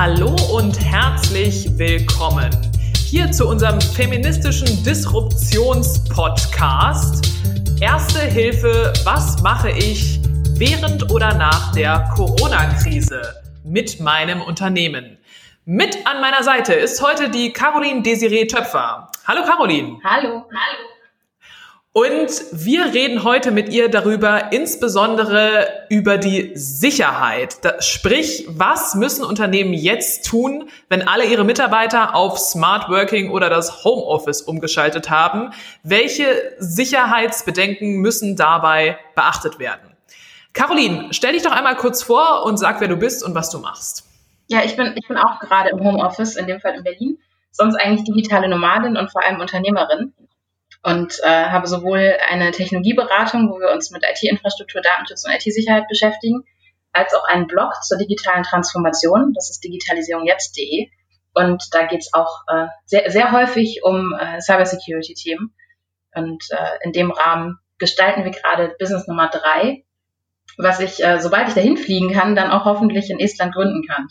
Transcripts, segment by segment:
Hallo und herzlich willkommen hier zu unserem feministischen Disruptions-Podcast. Erste Hilfe, was mache ich während oder nach der Corona-Krise mit meinem Unternehmen? Mit an meiner Seite ist heute die Caroline Desiree Töpfer. Hallo Caroline. Hallo. Und wir reden heute mit ihr darüber, insbesondere über die Sicherheit. Sprich, was müssen Unternehmen jetzt tun, wenn alle ihre Mitarbeiter auf Smart Working oder das Homeoffice umgeschaltet haben? Welche Sicherheitsbedenken müssen dabei beachtet werden? Caroline, stell dich doch einmal kurz vor und sag, wer du bist und was du machst. Ja, ich bin auch gerade im Homeoffice, in dem Fall in Berlin, sonst eigentlich digitale Nomadin und vor allem Unternehmerin. Und habe sowohl eine Technologieberatung, wo wir uns mit IT-Infrastruktur, Datenschutz und IT-Sicherheit beschäftigen, als auch einen Blog zur digitalen Transformation. Das ist digitalisierungjetzt.de. Und da geht es auch sehr, sehr häufig um Cybersecurity-Themen. Und in dem Rahmen gestalten wir gerade Business Nummer 3, was ich, sobald ich dahin fliegen kann, dann auch hoffentlich in Estland gründen kann.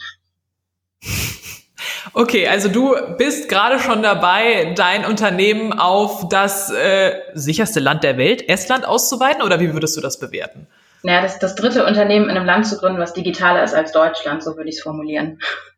Okay, also du bist gerade schon dabei, dein Unternehmen auf das sicherste Land der Welt, Estland, auszuweiten, oder wie würdest du das bewerten? Naja, das dritte Unternehmen in einem Land zu gründen, was digitaler ist als Deutschland, so würde ich es formulieren.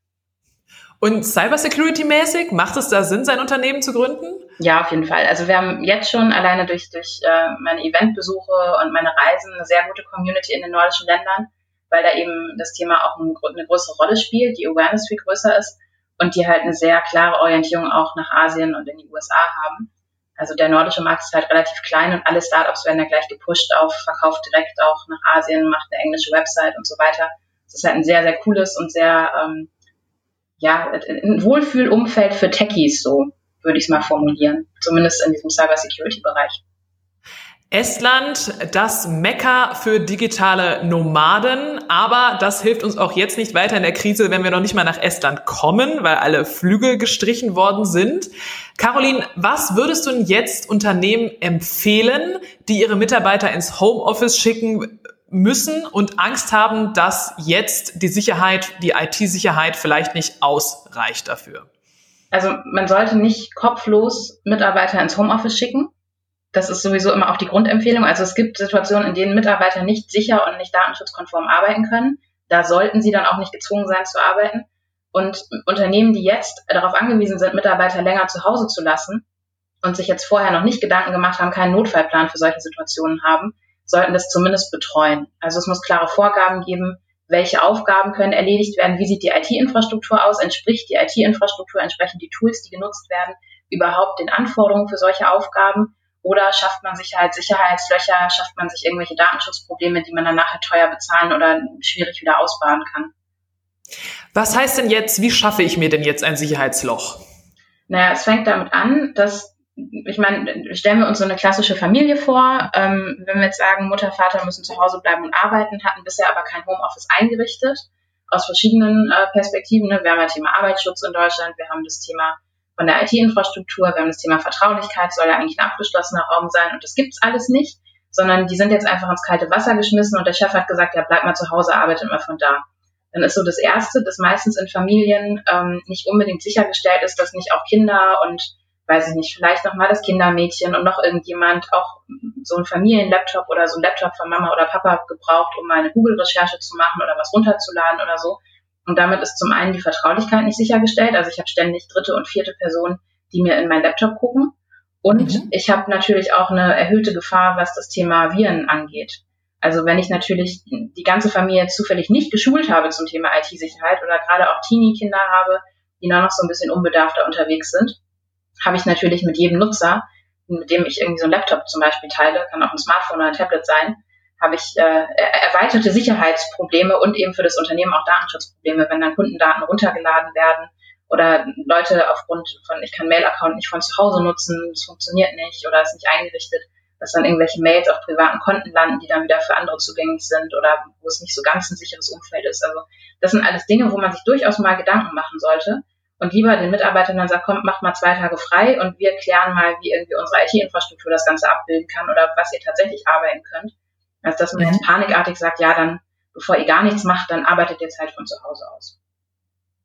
Und Cybersecurity-mäßig, macht es da Sinn, sein Unternehmen zu gründen? Ja, auf jeden Fall. Also wir haben jetzt schon alleine durch meine Eventbesuche und meine Reisen eine sehr gute Community in den nordischen Ländern, weil da eben das Thema auch eine größere Rolle spielt, die Awareness viel größer ist. Und die halt eine sehr klare Orientierung auch nach Asien und in die USA haben. Also der nordische Markt ist halt relativ klein und alle Startups werden da gleich gepusht auf Verkauf direkt auch nach Asien, macht eine englische Website und so weiter. Das ist halt ein sehr, sehr cooles und sehr, ein Wohlfühlumfeld für Techies, so würde ich es mal formulieren. Zumindest in diesem Cybersecurity-Bereich. Estland, das Mekka für digitale Nomaden, aber das hilft uns auch jetzt nicht weiter in der Krise, wenn wir noch nicht mal nach Estland kommen, weil alle Flüge gestrichen worden sind. Caroline, was würdest du denn jetzt Unternehmen empfehlen, die ihre Mitarbeiter ins Homeoffice schicken müssen und Angst haben, dass jetzt die Sicherheit, die IT-Sicherheit vielleicht nicht ausreicht dafür? Also man sollte nicht kopflos Mitarbeiter ins Homeoffice schicken. Das ist sowieso immer auch die Grundempfehlung. Also es gibt Situationen, in denen Mitarbeiter nicht sicher und nicht datenschutzkonform arbeiten können. Da sollten sie dann auch nicht gezwungen sein zu arbeiten. Und Unternehmen, die jetzt darauf angewiesen sind, Mitarbeiter länger zu Hause zu lassen und sich jetzt vorher noch nicht Gedanken gemacht haben, keinen Notfallplan für solche Situationen haben, sollten das zumindest betreuen. Also es muss klare Vorgaben geben, welche Aufgaben können erledigt werden, wie sieht die IT-Infrastruktur aus, entspricht die IT-Infrastruktur, entsprechen die Tools, die genutzt werden, überhaupt den Anforderungen für solche Aufgaben. Oder schafft man sich halt Sicherheitslöcher, schafft man sich irgendwelche Datenschutzprobleme, die man dann nachher teuer bezahlen oder schwierig wieder ausbaden kann. Was heißt denn jetzt, wie schaffe ich mir denn jetzt ein Sicherheitsloch? Naja, es fängt damit an, stellen wir uns so eine klassische Familie vor. Wenn wir jetzt sagen, Mutter, Vater müssen zu Hause bleiben und arbeiten, hatten bisher aber kein Homeoffice eingerichtet, aus verschiedenen Perspektiven. Wir haben das Thema Arbeitsschutz in Deutschland, wir haben das Thema von der IT-Infrastruktur, wir haben das Thema Vertraulichkeit, soll ja eigentlich ein abgeschlossener Raum sein und das gibt's alles nicht, sondern die sind jetzt einfach ins kalte Wasser geschmissen und der Chef hat gesagt, ja, bleib mal zu Hause, arbeitet mal von da. Dann ist so das Erste, dass meistens in Familien nicht unbedingt sichergestellt ist, dass nicht auch Kinder und, weiß ich nicht, vielleicht noch mal das Kindermädchen und noch irgendjemand auch so einen Familienlaptop oder so einen Laptop von Mama oder Papa gebraucht, um mal eine Google-Recherche zu machen oder was runterzuladen oder so. Und damit ist zum einen die Vertraulichkeit nicht sichergestellt. Also ich habe ständig dritte und vierte Personen, die mir in meinen Laptop gucken. Und ich habe natürlich auch eine erhöhte Gefahr, was das Thema Viren angeht. Also wenn ich natürlich die ganze Familie zufällig nicht geschult habe zum Thema IT-Sicherheit oder gerade auch Teenie-Kinder habe, die noch so ein bisschen unbedarfter unterwegs sind, habe ich natürlich mit jedem Nutzer, mit dem ich irgendwie so einen Laptop zum Beispiel teile, kann auch ein Smartphone oder ein Tablet sein, habe ich erweiterte Sicherheitsprobleme und eben für das Unternehmen auch Datenschutzprobleme, wenn dann Kundendaten runtergeladen werden oder Leute aufgrund von, ich kann Mail-Account nicht von zu Hause nutzen, es funktioniert nicht oder ist nicht eingerichtet, dass dann irgendwelche Mails auf privaten Konten landen, die dann wieder für andere zugänglich sind oder wo es nicht so ganz ein sicheres Umfeld ist. Also das sind alles Dinge, wo man sich durchaus mal Gedanken machen sollte und lieber den Mitarbeitern dann sagt, kommt, macht mal 2 Tage frei und wir klären mal, wie irgendwie unsere IT-Infrastruktur das Ganze abbilden kann oder was ihr tatsächlich arbeiten könnt. Als dass man jetzt panikartig sagt, ja, dann, bevor ihr gar nichts macht, dann arbeitet jetzt halt von zu Hause aus.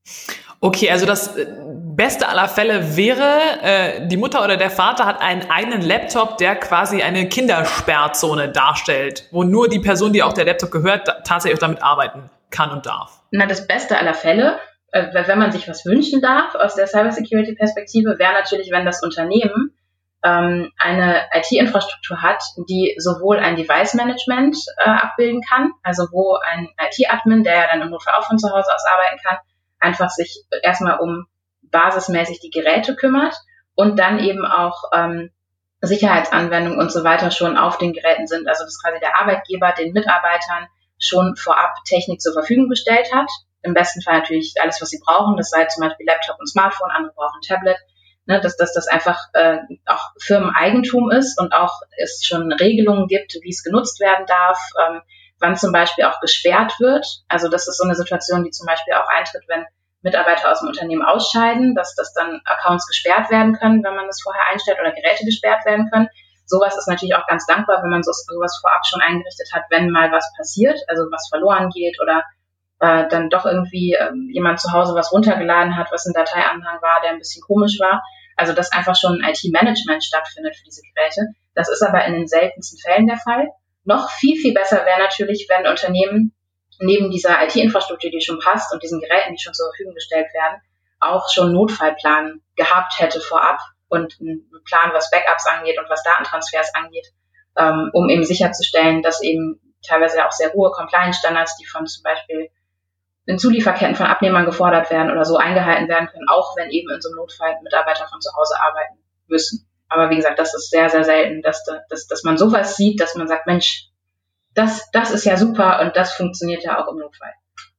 Okay, also das beste aller Fälle wäre, die Mutter oder der Vater hat einen eigenen Laptop, der quasi eine Kindersperrzone darstellt, wo nur die Person, die auch der Laptop gehört, tatsächlich auch damit arbeiten kann und darf. Na, das Beste aller Fälle, wenn man sich was wünschen darf aus der Cybersecurity-Perspektive, wäre natürlich, wenn das Unternehmen eine IT-Infrastruktur hat, die sowohl ein Device-Management abbilden kann, also wo ein IT-Admin, der ja dann im Notfall auch von zu Hause aus arbeiten kann, einfach sich erstmal um basismäßig die Geräte kümmert und dann eben auch Sicherheitsanwendungen und so weiter schon auf den Geräten sind. Also dass quasi der Arbeitgeber den Mitarbeitern schon vorab Technik zur Verfügung gestellt hat. Im besten Fall natürlich alles, was sie brauchen. Das sei zum Beispiel Laptop und Smartphone, andere brauchen Tablet. Ne, dass das einfach auch Firmeneigentum ist und auch es schon Regelungen gibt, wie es genutzt werden darf, wann zum Beispiel auch gesperrt wird. Also das ist so eine Situation, die zum Beispiel auch eintritt, wenn Mitarbeiter aus dem Unternehmen ausscheiden, dass dann Accounts gesperrt werden können, wenn man das vorher einstellt, oder Geräte gesperrt werden können. Sowas ist natürlich auch ganz dankbar, wenn man sowas vorab schon eingerichtet hat, wenn mal was passiert, also was verloren geht oder dann doch irgendwie jemand zu Hause was runtergeladen hat, was ein Dateianhang war, der ein bisschen komisch war. Also dass einfach schon ein IT-Management stattfindet für diese Geräte. Das ist aber in den seltensten Fällen der Fall. Noch viel, viel besser wäre natürlich, wenn Unternehmen neben dieser IT-Infrastruktur, die schon passt, und diesen Geräten, die schon zur Verfügung gestellt werden, auch schon einen Notfallplan gehabt hätte vorab und einen Plan, was Backups angeht und was Datentransfers angeht, um eben sicherzustellen, dass eben teilweise auch sehr hohe Compliance-Standards, die von zum Beispiel in Zulieferketten von Abnehmern gefordert werden oder so, eingehalten werden können, auch wenn eben in so einem Notfall Mitarbeiter von zu Hause arbeiten müssen. Aber wie gesagt, das ist sehr, sehr selten, dass man sowas sieht, dass man sagt, Mensch, das ist ja super und das funktioniert ja auch im Notfall.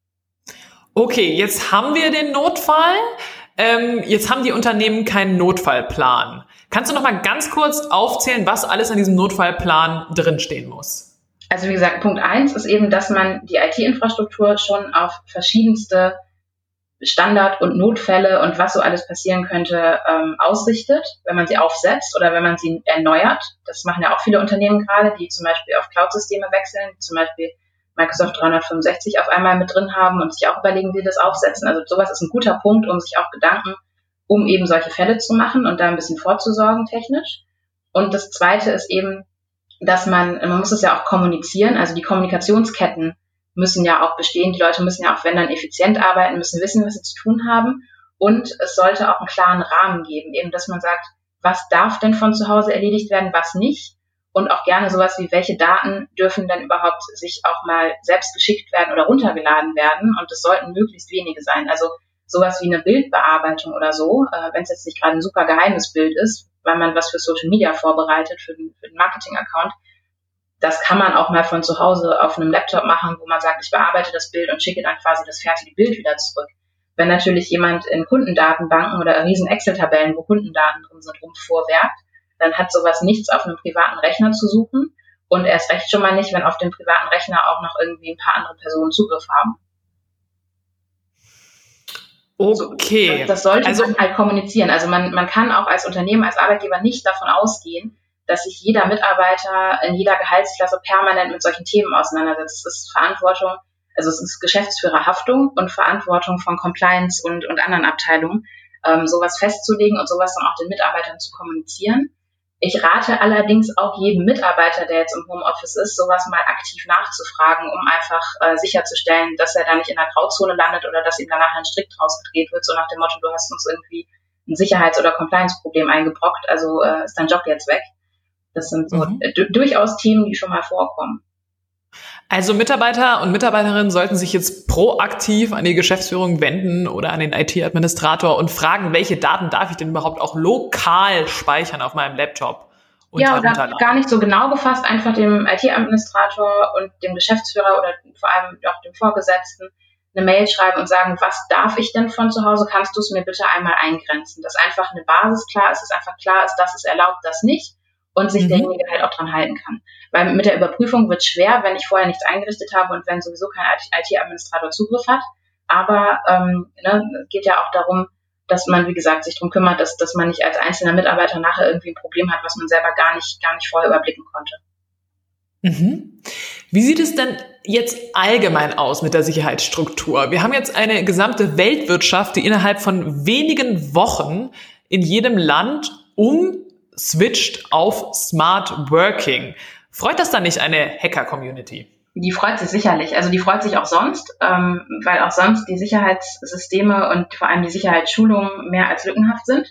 Okay, jetzt haben wir den Notfall. Jetzt haben die Unternehmen keinen Notfallplan. Kannst du noch mal ganz kurz aufzählen, was alles in diesem Notfallplan drinstehen muss? Also wie gesagt, Punkt 1 ist eben, dass man die IT-Infrastruktur schon auf verschiedenste Standard- und Notfälle und was so alles passieren könnte, ausrichtet, wenn man sie aufsetzt oder wenn man sie erneuert. Das machen ja auch viele Unternehmen gerade, die zum Beispiel auf Cloud-Systeme wechseln, zum Beispiel Microsoft 365 auf einmal mit drin haben und sich auch überlegen, wie das aufsetzen. Also sowas ist ein guter Punkt, um sich auch Gedanken um eben solche Fälle zu machen und da ein bisschen vorzusorgen technisch. Und das Zweite ist eben, dass man muss es ja auch kommunizieren, also die Kommunikationsketten müssen ja auch bestehen, die Leute müssen ja auch, wenn dann, effizient arbeiten, müssen wissen, was sie zu tun haben, und es sollte auch einen klaren Rahmen geben, eben, dass man sagt, was darf denn von zu Hause erledigt werden, was nicht, und auch gerne sowas wie, welche Daten dürfen denn überhaupt sich auch mal selbst geschickt werden oder runtergeladen werden, und es sollten möglichst wenige sein, also sowas wie eine Bildbearbeitung oder so, wenn es jetzt nicht gerade ein super geheimes Bild ist, weil man was für Social Media vorbereitet, für den Marketing-Account. Das kann man auch mal von zu Hause auf einem Laptop machen, wo man sagt, ich bearbeite das Bild und schicke dann quasi das fertige Bild wieder zurück. Wenn natürlich jemand in Kundendatenbanken oder riesen Excel-Tabellen, wo Kundendaten drin sind, rumvorwerkt, dann hat sowas nichts auf einem privaten Rechner zu suchen, und erst recht schon mal nicht, wenn auf dem privaten Rechner auch noch irgendwie ein paar andere Personen Zugriff haben. Okay. Das sollte man halt kommunizieren. Also man kann auch als Unternehmen, als Arbeitgeber nicht davon ausgehen, dass sich jeder Mitarbeiter in jeder Gehaltsklasse permanent mit solchen Themen auseinandersetzt. Es ist Verantwortung, also es ist Geschäftsführerhaftung und Verantwortung von Compliance und anderen Abteilungen, sowas festzulegen und sowas dann auch den Mitarbeitern zu kommunizieren. Ich rate allerdings auch jedem Mitarbeiter, der jetzt im Homeoffice ist, sowas mal aktiv nachzufragen, um einfach sicherzustellen, dass er da nicht in der Grauzone landet oder dass ihm danach ein Strick draus gedreht wird, so nach dem Motto, du hast uns irgendwie ein Sicherheits- oder Compliance-Problem eingebrockt, also ist dein Job jetzt weg. Das sind so durchaus Themen, die schon mal vorkommen. Also Mitarbeiter und Mitarbeiterinnen sollten sich jetzt proaktiv an die Geschäftsführung wenden oder an den IT-Administrator und fragen, welche Daten darf ich denn überhaupt auch lokal speichern auf meinem Laptop? Ja, oder gar nicht so genau gefasst, einfach dem IT-Administrator und dem Geschäftsführer oder vor allem auch dem Vorgesetzten eine Mail schreiben und sagen, was darf ich denn von zu Hause? Kannst du es mir bitte einmal eingrenzen? Dass einfach eine Basis klar ist, dass einfach klar ist, das ist erlaubt, das nicht, und sich derjenige halt auch dran halten kann. Weil mit der Überprüfung wird es schwer, wenn ich vorher nichts eingerichtet habe und wenn sowieso kein IT-Administrator Zugriff hat. Aber es geht ja auch darum, dass man, wie gesagt, sich darum kümmert, dass man nicht als einzelner Mitarbeiter nachher irgendwie ein Problem hat, was man selber gar nicht vorher überblicken konnte. Wie sieht es denn jetzt allgemein aus mit der Sicherheitsstruktur? Wir haben jetzt eine gesamte Weltwirtschaft, die innerhalb von wenigen Wochen in jedem Land umswitcht auf Smart Working. Freut das dann nicht eine Hacker-Community? Die freut sich sicherlich. Also die freut sich auch sonst, weil auch sonst die Sicherheitssysteme und vor allem die Sicherheitsschulungen mehr als lückenhaft sind.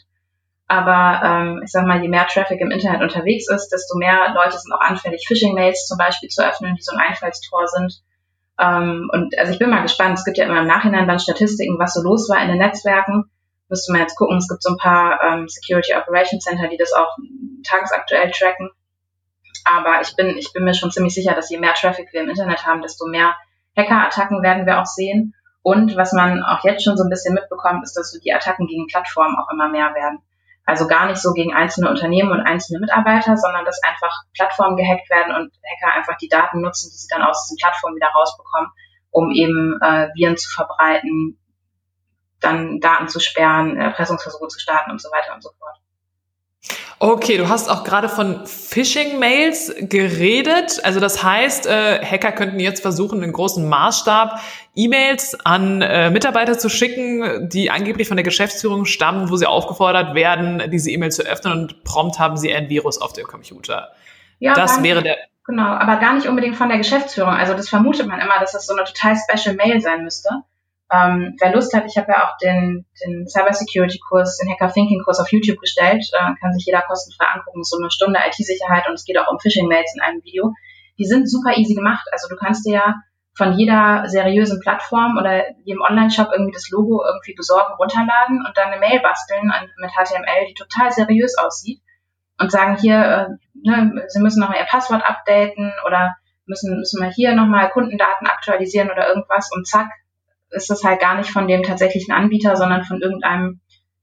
Aber ich sag mal, je mehr Traffic im Internet unterwegs ist, desto mehr Leute sind auch anfällig, Phishing-Mails zum Beispiel zu öffnen, die so ein Einfallstor sind. Und also ich bin mal gespannt. Es gibt ja immer im Nachhinein dann Statistiken, was so los war in den Netzwerken. Müsste man jetzt gucken. Es gibt so ein paar Security Operations Center, die das auch tagesaktuell tracken. Aber ich bin mir schon ziemlich sicher, dass je mehr Traffic wir im Internet haben, desto mehr Hacker-Attacken werden wir auch sehen. Und was man auch jetzt schon so ein bisschen mitbekommt, ist, dass so die Attacken gegen Plattformen auch immer mehr werden. Also gar nicht so gegen einzelne Unternehmen und einzelne Mitarbeiter, sondern dass einfach Plattformen gehackt werden und Hacker einfach die Daten nutzen, die sie dann aus diesen Plattformen wieder rausbekommen, um eben Viren zu verbreiten, dann Daten zu sperren, Erpressungsversuche zu starten und so weiter und so fort. Okay, du hast auch gerade von Phishing-Mails geredet. Also das heißt, Hacker könnten jetzt versuchen, in großem Maßstab E-Mails an Mitarbeiter zu schicken, die angeblich von der Geschäftsführung stammen, wo sie aufgefordert werden, diese E-Mail zu öffnen und prompt haben sie ein Virus auf dem Computer. Ja, das wäre der... Genau, aber gar nicht unbedingt von der Geschäftsführung. Also das vermutet man immer, dass das so eine total special Mail sein müsste. Wer Lust hat, ich habe ja auch den Cybersecurity-Kurs, den Hacker-Thinking-Kurs auf YouTube gestellt, kann sich jeder kostenfrei angucken, so eine Stunde IT-Sicherheit und es geht auch um Phishing-Mails in einem Video. Die sind super easy gemacht, also du kannst dir ja von jeder seriösen Plattform oder jedem Online-Shop irgendwie das Logo irgendwie besorgen, runterladen und dann eine Mail basteln mit HTML, die total seriös aussieht und sagen hier, sie müssen noch mal ihr Passwort updaten oder müssen mal hier nochmal Kundendaten aktualisieren oder irgendwas und zack, ist das halt gar nicht von dem tatsächlichen Anbieter, sondern von irgendeinem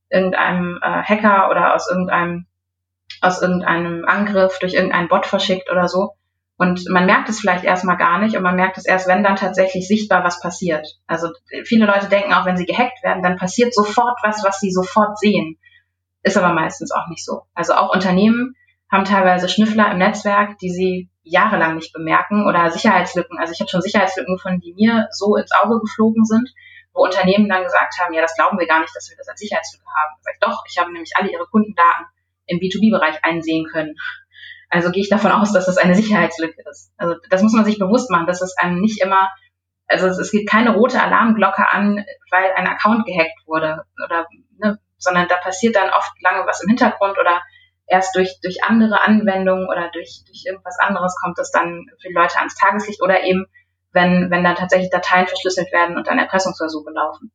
Hacker oder aus irgendeinem Angriff durch irgendeinen Bot verschickt oder so. Und man merkt es vielleicht erstmal gar nicht und man merkt es erst, wenn dann tatsächlich sichtbar was passiert. Also viele Leute denken auch, wenn sie gehackt werden, dann passiert sofort was sie sofort sehen. Ist aber meistens auch nicht so. Also auch Unternehmen haben teilweise Schnüffler im Netzwerk, die sie jahrelang nicht bemerken oder Sicherheitslücken. Also ich habe schon Sicherheitslücken gefunden, die mir so ins Auge geflogen sind, wo Unternehmen dann gesagt haben, ja, das glauben wir gar nicht, dass wir das als Sicherheitslücke haben. Sag ich, doch, ich habe nämlich alle ihre Kundendaten im B2B-Bereich einsehen können. Also gehe ich davon aus, dass das eine Sicherheitslücke ist. Also das muss man sich bewusst machen, dass es einem nicht immer, also es geht keine rote Alarmglocke an, weil ein Account gehackt wurde oder sondern da passiert dann oft lange was im Hintergrund oder erst durch andere Anwendungen oder durch irgendwas anderes kommt es dann für die Leute ans Tageslicht oder eben, wenn dann tatsächlich Dateien verschlüsselt werden und dann Erpressungsversuche laufen.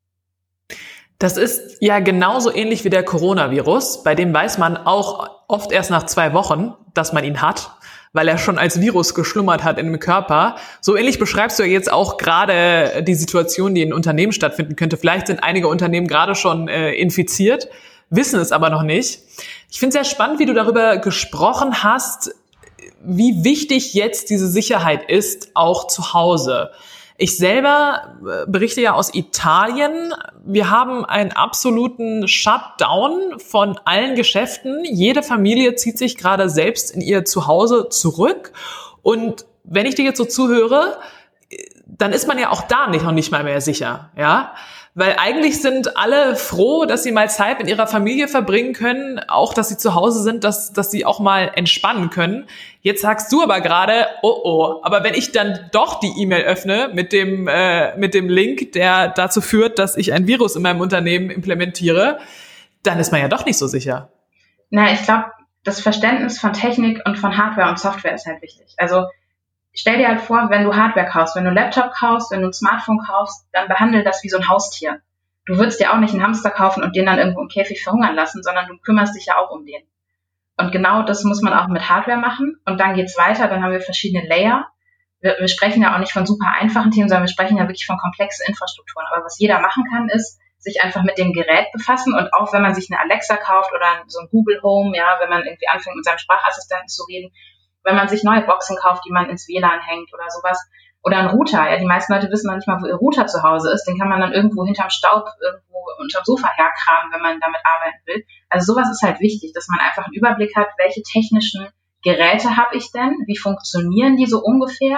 Das ist ja genauso ähnlich wie der Coronavirus. Bei dem weiß man auch oft erst nach 2 Wochen, dass man ihn hat, weil er schon als Virus geschlummert hat in dem Körper. So ähnlich beschreibst du ja jetzt auch gerade die Situation, die in Unternehmen stattfinden könnte. Vielleicht sind einige Unternehmen gerade schon infiziert, wissen es aber noch nicht. Ich finde es sehr spannend, wie du darüber gesprochen hast, wie wichtig jetzt diese Sicherheit ist, auch zu Hause. Ich selber berichte ja aus Italien. Wir haben einen absoluten Shutdown von allen Geschäften. Jede Familie zieht sich gerade selbst in ihr Zuhause zurück. Und wenn ich dir jetzt so zuhöre, dann ist man ja auch da noch nicht mal mehr sicher, ja? Weil eigentlich sind alle froh, dass sie mal Zeit mit ihrer Familie verbringen können, auch dass sie zu Hause sind, dass sie auch mal entspannen können. Jetzt sagst du aber gerade, aber wenn ich dann doch die E-Mail öffne mit dem Link, der dazu führt, dass ich ein Virus in meinem Unternehmen implementiere, dann ist man ja doch nicht so sicher. Na, ich glaube, das Verständnis von Technik und von Hardware und Software ist halt wichtig. Also stell dir halt vor, wenn du Hardware kaufst, wenn du einen Laptop kaufst, wenn du ein Smartphone kaufst, dann behandle das wie so ein Haustier. Du würdest dir auch nicht einen Hamster kaufen und den dann irgendwo im Käfig verhungern lassen, sondern du kümmerst dich ja auch um den. Und genau das muss man auch mit Hardware machen. Und dann geht's weiter, dann haben wir verschiedene Layer. Wir sprechen ja auch nicht von super einfachen Themen, sondern wir sprechen ja wirklich von komplexen Infrastrukturen. Aber was jeder machen kann, ist, sich einfach mit dem Gerät befassen und auch wenn man sich eine Alexa kauft oder so ein Google Home, ja, wenn man irgendwie anfängt mit seinem Sprachassistenten zu reden, wenn man sich neue Boxen kauft, die man ins WLAN hängt oder sowas. Oder ein Router. Ja, die meisten Leute wissen noch nicht mal, wo ihr Router zu Hause ist. Den kann man dann irgendwo hinterm Staub, irgendwo unterm Sofa herkramen, wenn man damit arbeiten will. Also sowas ist halt wichtig, dass man einfach einen Überblick hat, welche technischen Geräte habe ich denn? Wie funktionieren die so ungefähr?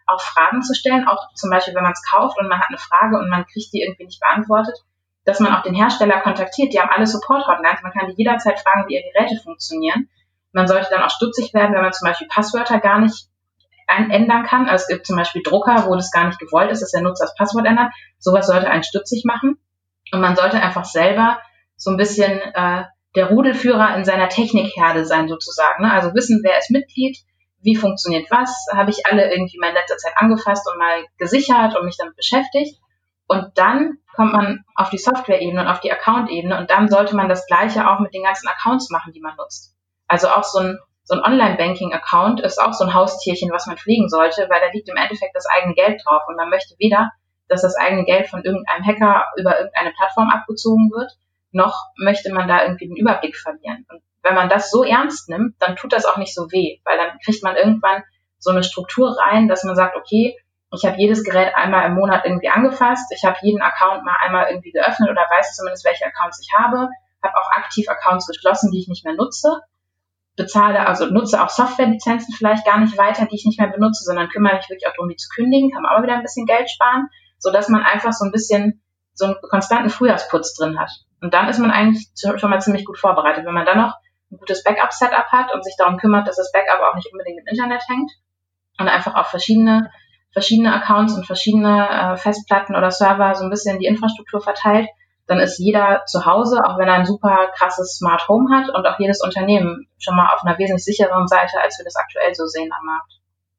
auch Fragen zu stellen, auch zum Beispiel, wenn man es kauft und man hat eine Frage und man kriegt die irgendwie nicht beantwortet, dass man auch den Hersteller kontaktiert. Die haben alle Support-Hotlines. Man kann die jederzeit fragen, wie ihre Geräte funktionieren. Man sollte dann auch stutzig werden, wenn man zum Beispiel Passwörter gar nicht ändern kann. Also es gibt zum Beispiel Drucker, wo das gar nicht gewollt ist, dass der Nutzer das Passwort ändert. Sowas sollte einen stutzig machen. Und man sollte einfach selber so ein bisschen der Rudelführer in seiner Technikherde sein sozusagen. Ne? Also wissen, wer ist Mitglied, wie funktioniert was, habe ich alle irgendwie mal in letzter Zeit angefasst und mal gesichert und mich damit beschäftigt. Und dann kommt man auf die Software-Ebene und auf die Account-Ebene und dann sollte man das Gleiche auch mit den ganzen Accounts machen, die man nutzt. Also auch so ein Online-Banking-Account ist auch so ein Haustierchen, was man pflegen sollte, weil da liegt im Endeffekt das eigene Geld drauf und man möchte weder, dass das eigene Geld von irgendeinem Hacker über irgendeine Plattform abgezogen wird, noch möchte man da irgendwie den Überblick verlieren. Und wenn man das so ernst nimmt, dann tut das auch nicht so weh, weil dann kriegt man irgendwann so eine Struktur rein, dass man sagt, okay, ich habe jedes Gerät einmal im Monat irgendwie angefasst, ich habe jeden Account mal einmal irgendwie geöffnet oder weiß zumindest, welche Accounts ich habe auch aktiv Accounts geschlossen, die ich nicht mehr nutze, nutze auch Softwarelizenzen vielleicht gar nicht weiter, die ich nicht mehr benutze, sondern kümmere mich wirklich auch darum, die zu kündigen, kann man auch wieder ein bisschen Geld sparen, sodass man einfach so ein bisschen so einen konstanten Frühjahrsputz drin hat. Und dann ist man eigentlich schon mal ziemlich gut vorbereitet. Wenn man dann noch ein gutes Backup-Setup hat und sich darum kümmert, dass das Backup auch nicht unbedingt im Internet hängt und einfach auf verschiedene Accounts und verschiedene Festplatten oder Server so ein bisschen die Infrastruktur verteilt, dann ist jeder zu Hause, auch wenn er ein super krasses Smart Home hat und auch jedes Unternehmen schon mal auf einer wesentlich sichereren Seite, als wir das aktuell so sehen am Markt.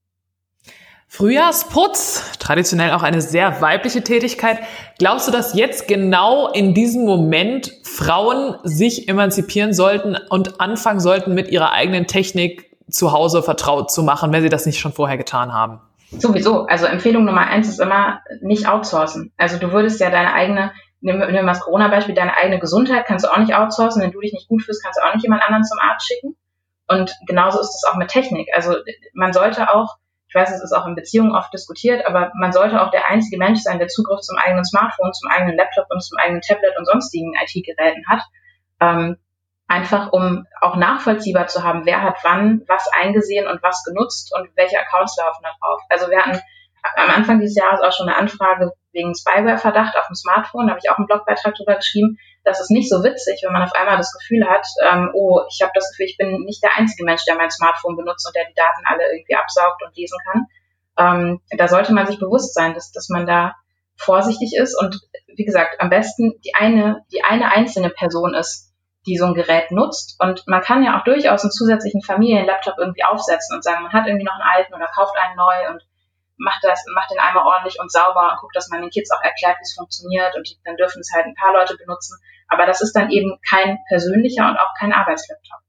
Frühjahrsputz, traditionell auch eine sehr weibliche Tätigkeit. Glaubst du, dass jetzt genau in diesem Moment Frauen sich emanzipieren sollten und anfangen sollten, mit ihrer eigenen Technik zu Hause vertraut zu machen, wenn sie das nicht schon vorher getan haben? Sowieso. Also Empfehlung Nummer 1 ist immer, nicht outsourcen. Also du würdest ja deine eigene, nehmen wir das Corona-Beispiel, deine eigene Gesundheit kannst du auch nicht outsourcen. Wenn du dich nicht gut fühlst, kannst du auch nicht jemand anderen zum Arzt schicken. Und genauso ist es auch mit Technik. Also man sollte auch, ich weiß, es ist auch in Beziehungen oft diskutiert, aber man sollte auch der einzige Mensch sein, der Zugriff zum eigenen Smartphone, zum eigenen Laptop und zum eigenen Tablet und sonstigen IT-Geräten hat. Einfach um auch nachvollziehbar zu haben, wer hat wann was eingesehen und was genutzt und welche Accounts laufen da drauf. Also wir hatten am Anfang dieses Jahres auch schon eine Anfrage wegen Spyware-Verdacht auf dem Smartphone, da habe ich auch einen Blogbeitrag drüber geschrieben. Das ist nicht so witzig, wenn man auf einmal das Gefühl hat, ich habe das Gefühl, ich bin nicht der einzige Mensch, der mein Smartphone benutzt und der die Daten alle irgendwie absaugt und lesen kann. Da sollte man sich bewusst sein, dass man da vorsichtig ist und wie gesagt, am besten die eine einzelne Person ist, die so ein Gerät nutzt. Und man kann ja auch durchaus einen zusätzlichen Familienlaptop irgendwie aufsetzen und sagen, man hat irgendwie noch einen alten oder kauft einen neu und macht den einmal ordentlich und sauber und guckt, dass man den Kids auch erklärt, wie es funktioniert und dann dürfen es halt ein paar Leute benutzen. Aber das ist dann eben kein persönlicher und auch kein Arbeitslaptop.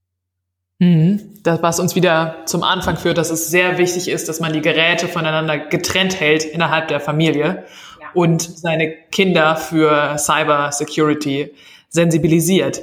Das, was uns wieder zum Anfang führt, dass es sehr wichtig ist, dass man die Geräte voneinander getrennt hält innerhalb der Familie und seine Kinder für Cyber Security sensibilisiert.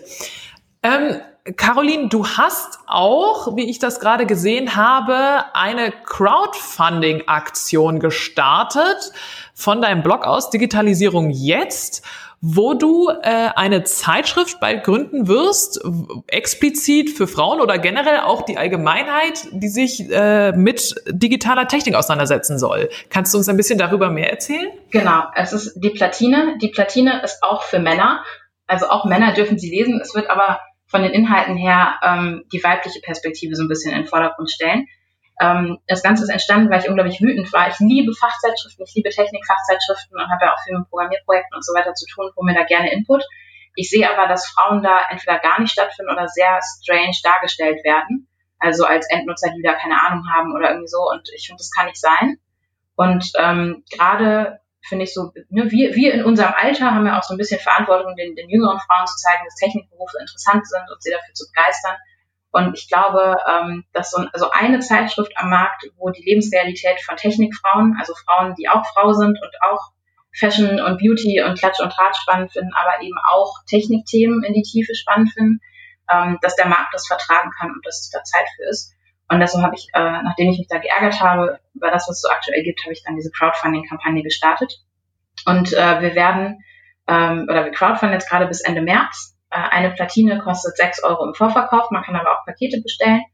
Caroline, du hast auch, wie ich das gerade gesehen habe, eine Crowdfunding-Aktion gestartet von deinem Blog aus, Digitalisierung jetzt, wo du eine Zeitschrift bald gründen wirst, explizit für Frauen oder generell auch die Allgemeinheit, die sich mit digitaler Technik auseinandersetzen soll. Kannst du uns ein bisschen darüber mehr erzählen? Genau, es ist die Platine. Die Platine ist auch für Männer. Also auch Männer dürfen sie lesen. Es wird aber von den Inhalten her die weibliche Perspektive so ein bisschen in den Vordergrund stellen. Das Ganze ist entstanden, weil ich unglaublich wütend war. Ich liebe Fachzeitschriften, ich liebe Technikfachzeitschriften und habe ja auch viel mit Programmierprojekten und so weiter zu tun, hole mir da gerne Input. Ich sehe aber, dass Frauen da entweder gar nicht stattfinden oder sehr strange dargestellt werden. Also als Endnutzer, die da keine Ahnung haben oder irgendwie so. Und ich finde, das kann nicht sein. Und gerade finde ich so, wir in unserem Alter haben ja auch so ein bisschen Verantwortung, den jüngeren Frauen zu zeigen, dass Technikberufe interessant sind und sie dafür zu begeistern. Und ich glaube, dass so eine Zeitschrift am Markt, wo die Lebensrealität von Technikfrauen, also Frauen, die auch Frau sind und auch Fashion und Beauty und Klatsch und Tratsch spannend finden, aber eben auch Technikthemen in die Tiefe spannend finden, dass der Markt das vertragen kann und dass es da Zeit für ist. Und deshalb habe ich, nachdem ich mich da geärgert habe über das, was es so aktuell gibt, habe ich dann diese Crowdfunding-Kampagne gestartet. Und wir crowdfunden jetzt gerade bis Ende März. Eine Platine kostet 6 € im Vorverkauf. Man kann aber auch Pakete bestellen.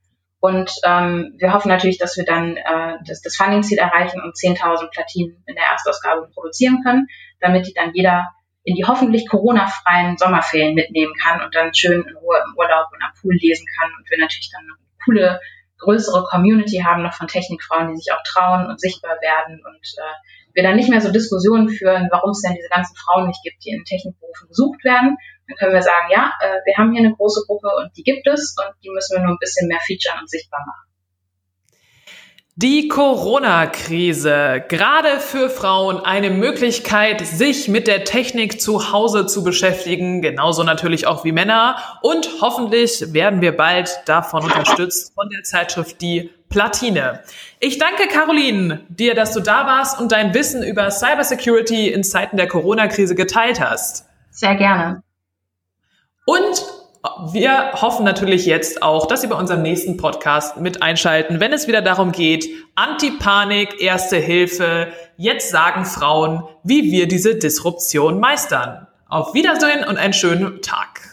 Und wir hoffen natürlich, dass wir dann das Funding-Ziel erreichen und 10.000 Platinen in der Erstausgabe produzieren können, damit die dann jeder in die hoffentlich Corona-freien Sommerferien mitnehmen kann und dann schön in Ruhe im Urlaub und am Pool lesen kann. Und wir natürlich dann eine coole, größere Community haben noch von Technikfrauen, die sich auch trauen und sichtbar werden und wir dann nicht mehr so Diskussionen führen, warum es denn diese ganzen Frauen nicht gibt, die in Technikberufen gesucht werden. Dann können wir sagen, ja, wir haben hier eine große Gruppe und die gibt es und die müssen wir nur ein bisschen mehr featuren und sichtbar machen. Die Corona-Krise, gerade für Frauen eine Möglichkeit, sich mit der Technik zu Hause zu beschäftigen, genauso natürlich auch wie Männer. Und hoffentlich werden wir bald davon unterstützt von der Zeitschrift Die Platine. Ich danke Caroline dir, dass du da warst und dein Wissen über Cybersecurity in Zeiten der Corona-Krise geteilt hast. Sehr gerne. Und wir hoffen natürlich jetzt auch, dass Sie bei unserem nächsten Podcast mit einschalten, wenn es wieder darum geht, Antipanik, Erste Hilfe, jetzt sagen Frauen, wie wir diese Disruption meistern. Auf Wiedersehen und einen schönen Tag.